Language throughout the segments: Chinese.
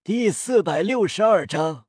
第462章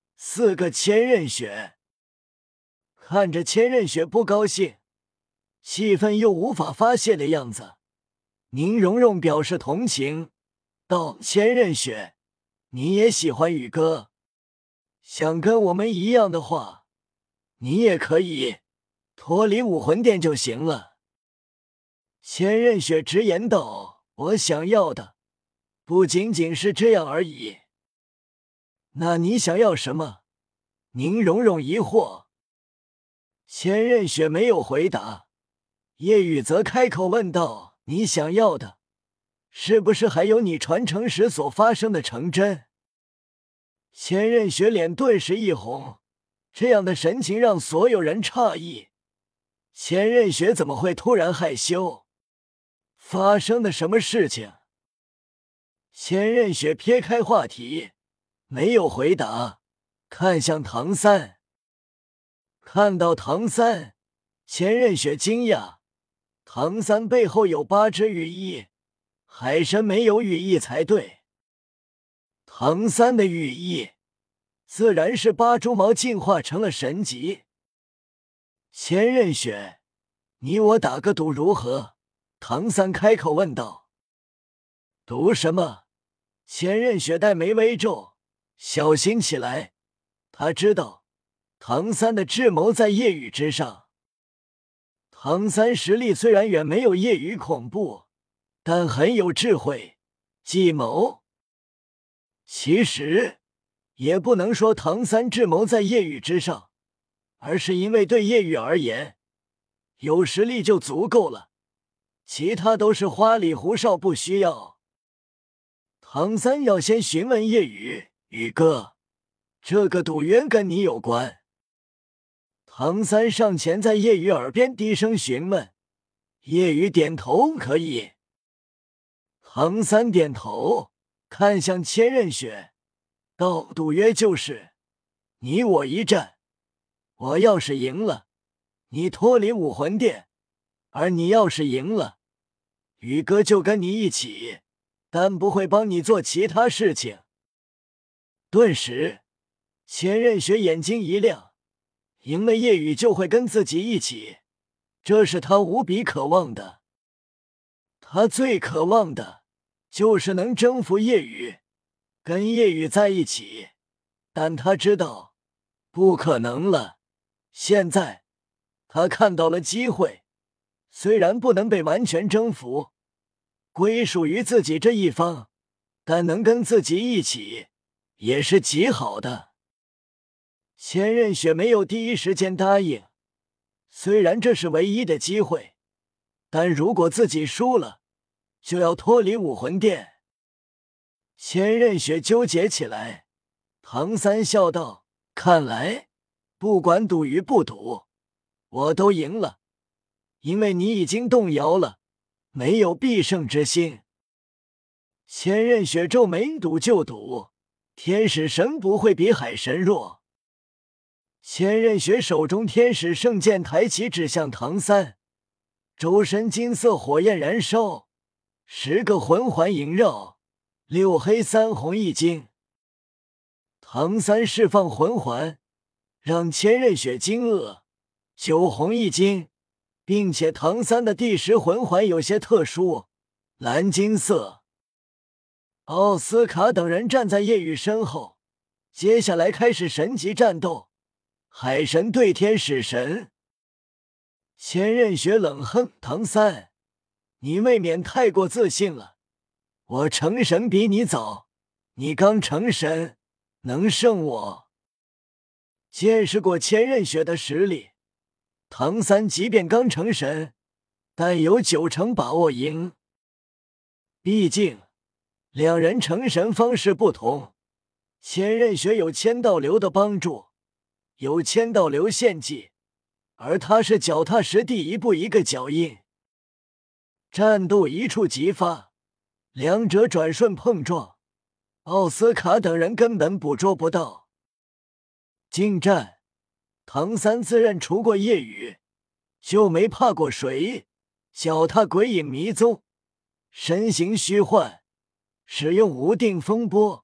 4个千仞雪。看着千仞雪不高兴、气愤又无法发泄的样子，宁荣荣表示同情，道：千仞雪，你也喜欢宇哥，想跟我们一样的话，你也可以脱离武魂殿就行了。千仞雪直言道：我想要的不仅仅是这样而已。那你想要什么？宁荣荣疑惑。千仞雪没有回答，叶雨则开口问道：你想要的是不是还有你传承时所发生的成真？千仞雪脸顿时一红，这样的神情让所有人诧异。千仞雪怎么会突然害羞？发生的什么事情？千仞雪撇开话题，没有回答，看向唐三。看到唐三，千仞雪惊讶，唐三背后有8只羽翼，海神没有羽翼才对。唐三的羽翼自然是8蛛毛进化成了神级。千仞雪，你我打个赌如何？唐三开口问道。赌什么？千仞雪黛眉微皱，小心起来。他知道唐三的智谋在夜雨之上。唐三实力虽然远没有夜雨恐怖，但很有智慧、计谋。其实也不能说唐三智谋在夜雨之上，而是因为对夜雨而言，有实力就足够了，其他都是花里胡哨，不需要。唐三要先询问夜雨：宇哥，这个赌约跟你有关？唐三上前在夜雨耳边低声询问，夜雨点头可以。唐三点头，看向千仞雪，道：赌约就是你我一战，我要是赢了，你脱离武魂殿，而你要是赢了，宇哥就跟你一起，但不会帮你做其他事情。顿时千仞雪眼睛一亮，赢了夜雨就会跟自己一起，这是他无比渴望的。他最渴望的就是能征服夜雨，跟夜雨在一起，但他知道不可能了。现在他看到了机会，虽然不能被完全征服，归属于自己这一方，但能跟自己一起也是极好的。千仞雪没有第一时间答应，虽然这是唯一的机会，但如果自己输了，就要脱离武魂殿。千仞雪纠结起来。唐三笑道：看来不管赌与不赌，我都赢了，因为你已经动摇了，没有必胜之心。千仞雪皱眉：赌就赌，天使神不会比海神弱。千仞雪手中天使圣剑抬起，指向唐三，周身金色火焰燃烧，10个魂环萦绕，6黑3红一金。唐三释放魂环，让千仞雪惊愕，9红一金，并且唐三的第10魂环有些特殊，蓝金色。奥斯卡等人站在夜雨身后，接下来开始神级战斗，海神对天使神。千仞雪冷哼：唐三，你未免太过自信了，我成神比你早，你刚成神，能胜我？见识过千仞雪的实力，唐三即便刚成神，但有9成把握赢。毕竟两人成神方式不同，千仞雪有千道流的帮助，有千道流献祭，而他是脚踏实地，一步一个脚印。战斗一触即发，两者转瞬碰撞，奥斯卡等人根本捕捉不到。近战，唐三自认除过夜雨，就没怕过谁，脚踏鬼影迷踪，身形虚幻，使用无定风波，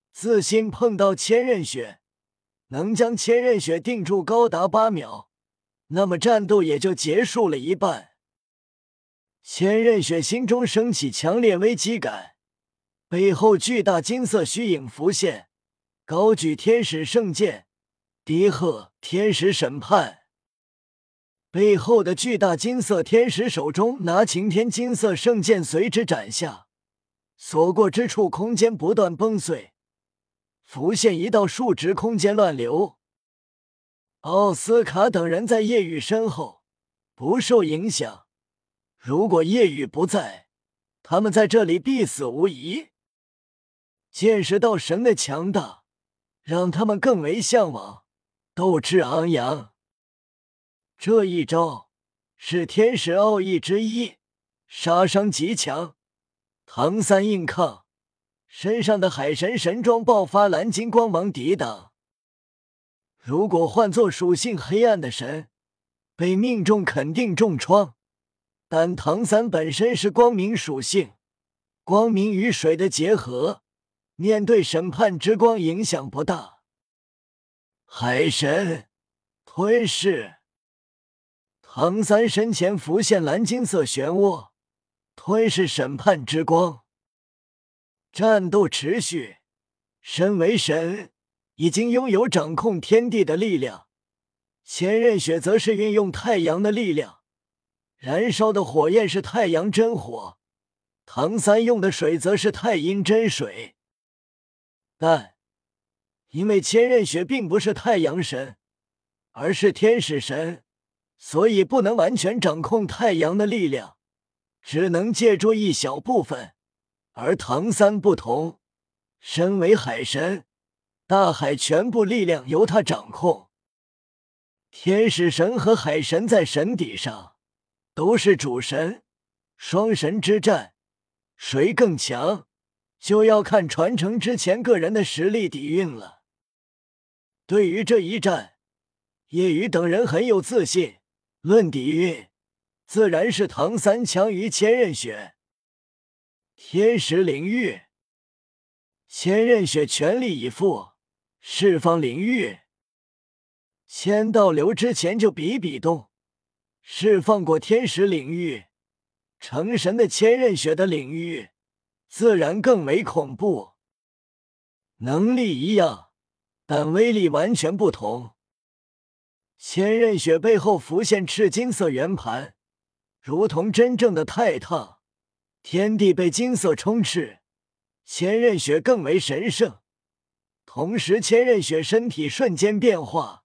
自信碰到千仞雪，能将千仞雪定住高达8秒，那么战斗也就结束了一半。千仞雪心中升起强烈危机感，背后巨大金色虚影浮现，高举天使圣剑，低喝天使审判。背后的巨大金色天使手中拿擎天金色圣剑随之斩下，所过之处空间不断崩碎，浮现一道数值空间乱流。奥斯卡等人在夜雨身后，不受影响。如果夜雨不在，他们在这里必死无疑。见识到神的强大，让他们更为向往，斗志昂扬。这一招是天使奥义之一，杀伤极强。唐三硬抗，身上的海神神装爆发蓝金光芒抵挡。如果换作属性黑暗的神，被命中肯定重创。但唐三本身是光明属性，光明与水的结合，面对审判之光影响不大。海神吞噬。唐三身前浮现蓝金色漩涡，吞噬审判之光。战斗持续，身为神，已经拥有掌控天地的力量。千仞雪则是运用太阳的力量，燃烧的火焰是太阳真火，唐三用的水则是太阴真水。但因为千仞雪并不是太阳神，而是天使神，所以不能完全掌控太阳的力量，只能借助一小部分。而唐三不同，身为海神，大海全部力量由他掌控。天使神和海神在神底上都是主神，双神之战，谁更强，就要看传承之前个人的实力底蕴了。对于这一战，叶雨等人很有自信，论底蕴，自然是唐三强于千仞雪。天使领域，千仞雪全力以赴释放领域。千道流之前就比比东释放过天使领域，成神的千仞雪的领域自然更为恐怖。能力一样，但威力完全不同。千仞雪背后浮现赤金色圆盘，如同真正的太烫，天地被金色充斥，千仞雪更为神圣。同时千仞雪身体瞬间变化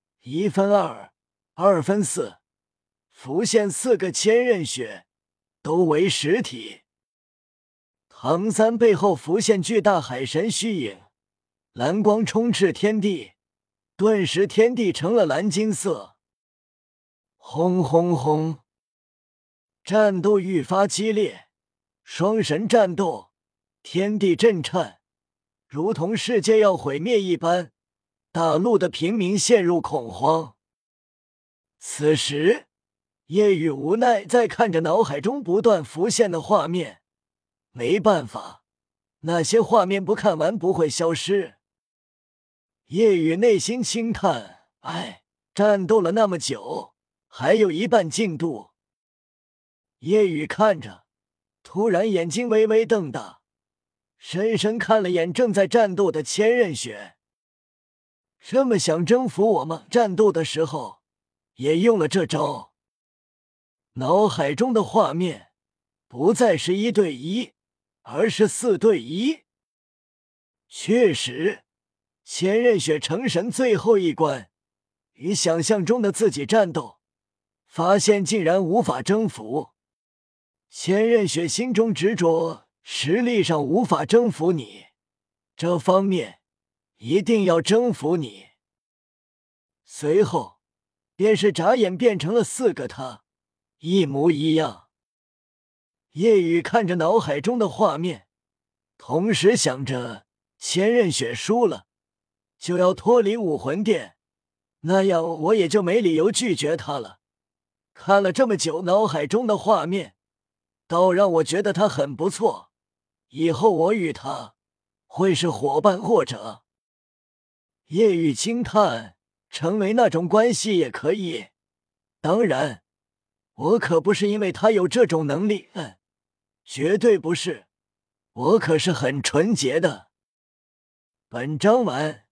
，1分2， 2分4，浮现4个千仞雪，都为实体。唐三背后浮现巨大海神虚影，蓝光充斥天地，顿时天地成了蓝金色。轰轰轰！战斗愈发激烈，双神战斗，天地震颤，如同世界要毁灭一般，大陆的平民陷入恐慌。此时叶雨无奈在看着脑海中不断浮现的画面，没办法，那些画面不看完不会消失。叶雨内心轻叹，战斗了那么久，还有一半进度。叶雨看着，突然眼睛微微瞪大，深深看了眼正在战斗的千仞雪。这么想征服我吗？战斗的时候也用了这招。脑海中的画面不再是1对1，而是4对1。确实，千仞雪成神最后一关，与想象中的自己战斗，发现竟然无法征服。千仞雪心中执着，实力上无法征服你，这方面一定要征服你。随后便是眨眼变成了4个他，一模一样。叶雨看着脑海中的画面，同时想着千仞雪输了就要脱离武魂殿，那样我也就没理由拒绝他了。看了这么久脑海中的画面，倒让我觉得他很不错，以后我与他会是伙伴或者……叶雨轻叹，成为那种关系也可以。当然，我可不是因为他有这种能力，绝对不是，我可是很纯洁的。本章完。